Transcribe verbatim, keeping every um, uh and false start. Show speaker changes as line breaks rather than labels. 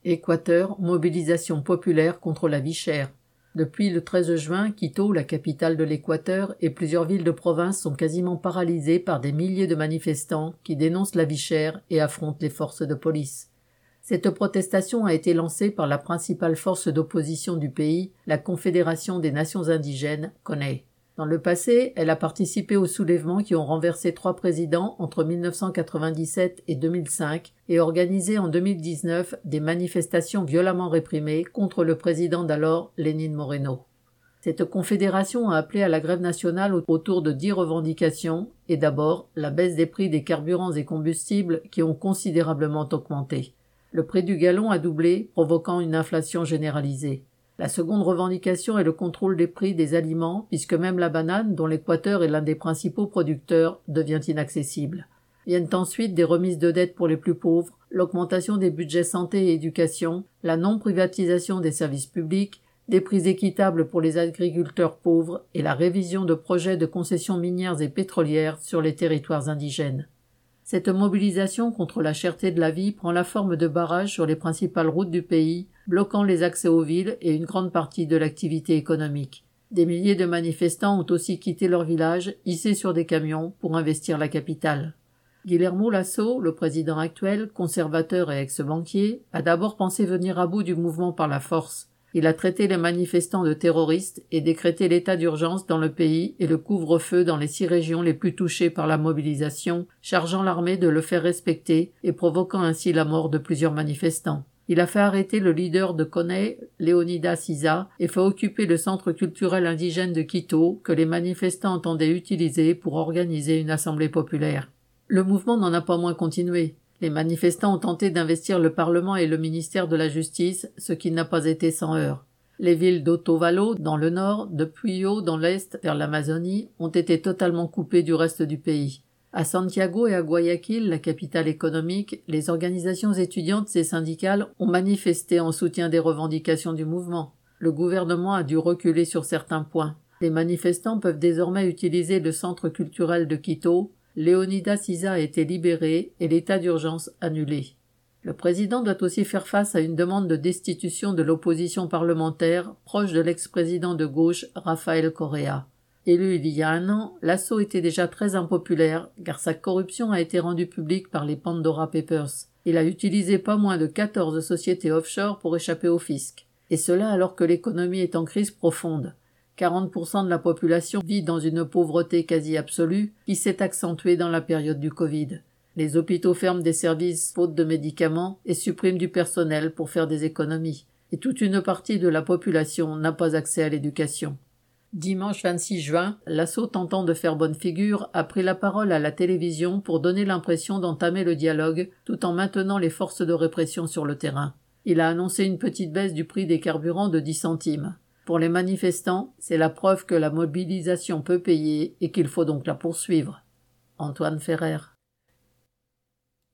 Équateur, mobilisation populaire contre la vie chère. Depuis le treize juin, Quito, la capitale de l'Équateur, et plusieurs villes de province sont quasiment paralysées par des milliers de manifestants qui dénoncent la vie chère et affrontent les forces de police. Cette protestation a été lancée par la principale force d'opposition du pays, la Confédération des Nations Indigènes, C O N A. Dans le passé, elle a participé aux soulèvements qui ont renversé trois présidents entre mille neuf cent quatre-vingt-dix-sept et deux mille cinq et organisé en deux mille dix-neuf des manifestations violemment réprimées contre le président d'alors, Lénine Moreno. Cette confédération a appelé à la grève nationale autour de dix revendications et d'abord la baisse des prix des carburants et combustibles qui ont considérablement augmenté. Le prix du gallon a doublé, provoquant une inflation généralisée. La seconde revendication est le contrôle des prix des aliments, puisque même la banane, dont l'Équateur est l'un des principaux producteurs, devient inaccessible. Viennent ensuite des remises de dettes pour les plus pauvres, l'augmentation des budgets santé et éducation, la non-privatisation des services publics, des prix équitables pour les agriculteurs pauvres et la révision de projets de concessions minières et pétrolières sur les territoires indigènes. Cette mobilisation contre la cherté de la vie prend la forme de barrages sur les principales routes du pays, bloquant les accès aux villes et une grande partie de l'activité économique. Des milliers de manifestants ont aussi quitté leur village, hissés sur des camions, pour investir la capitale. Guillermo Lasso, le président actuel, conservateur et ex-banquier, a d'abord pensé venir à bout du mouvement par la force. Il a traité les manifestants de terroristes et décrété l'état d'urgence dans le pays et le couvre-feu dans les six régions les plus touchées par la mobilisation, chargeant l'armée de le faire respecter et provoquant ainsi la mort de plusieurs manifestants. Il a fait arrêter le leader de C O N A, Leonidas Issa, et fait occuper le centre culturel indigène de Quito que les manifestants entendaient utiliser pour organiser une assemblée populaire. Le mouvement n'en a pas moins continué. Les manifestants ont tenté d'investir le Parlement et le ministère de la Justice, ce qui n'a pas été sans heurts. Les villes d'Otavalo, dans le nord, de Puyo, dans l'est, vers l'Amazonie, ont été totalement coupées du reste du pays. À Santiago et à Guayaquil, la capitale économique, les organisations étudiantes et syndicales ont manifesté en soutien des revendications du mouvement. Le gouvernement a dû reculer sur certains points. Les manifestants peuvent désormais utiliser le centre culturel de Quito. Leonidas Issa a été libéré et l'état d'urgence annulé. Le président doit aussi faire face à une demande de destitution de l'opposition parlementaire proche de l'ex-président de gauche Rafael Correa. Élu il y a un an, Lasso était déjà très impopulaire car sa corruption a été rendue publique par les Pandora Papers. Il a utilisé pas moins de quatorze sociétés offshore pour échapper au fisc. Et cela alors que l'économie est en crise profonde. quarante pour cent de la population vit dans une pauvreté quasi absolue qui s'est accentuée dans la période du Covid. Les hôpitaux ferment des services faute de médicaments et suppriment du personnel pour faire des économies. Et toute une partie de la population n'a pas accès à l'éducation. Dimanche vingt-six juin, Lasso, tentant de faire bonne figure, a pris la parole à la télévision pour donner l'impression d'entamer le dialogue tout en maintenant les forces de répression sur le terrain. Il a annoncé une petite baisse du prix des carburants de dix centimes. Pour les manifestants, c'est la preuve que la mobilisation peut payer et qu'il faut donc la poursuivre. Antoine Ferrer.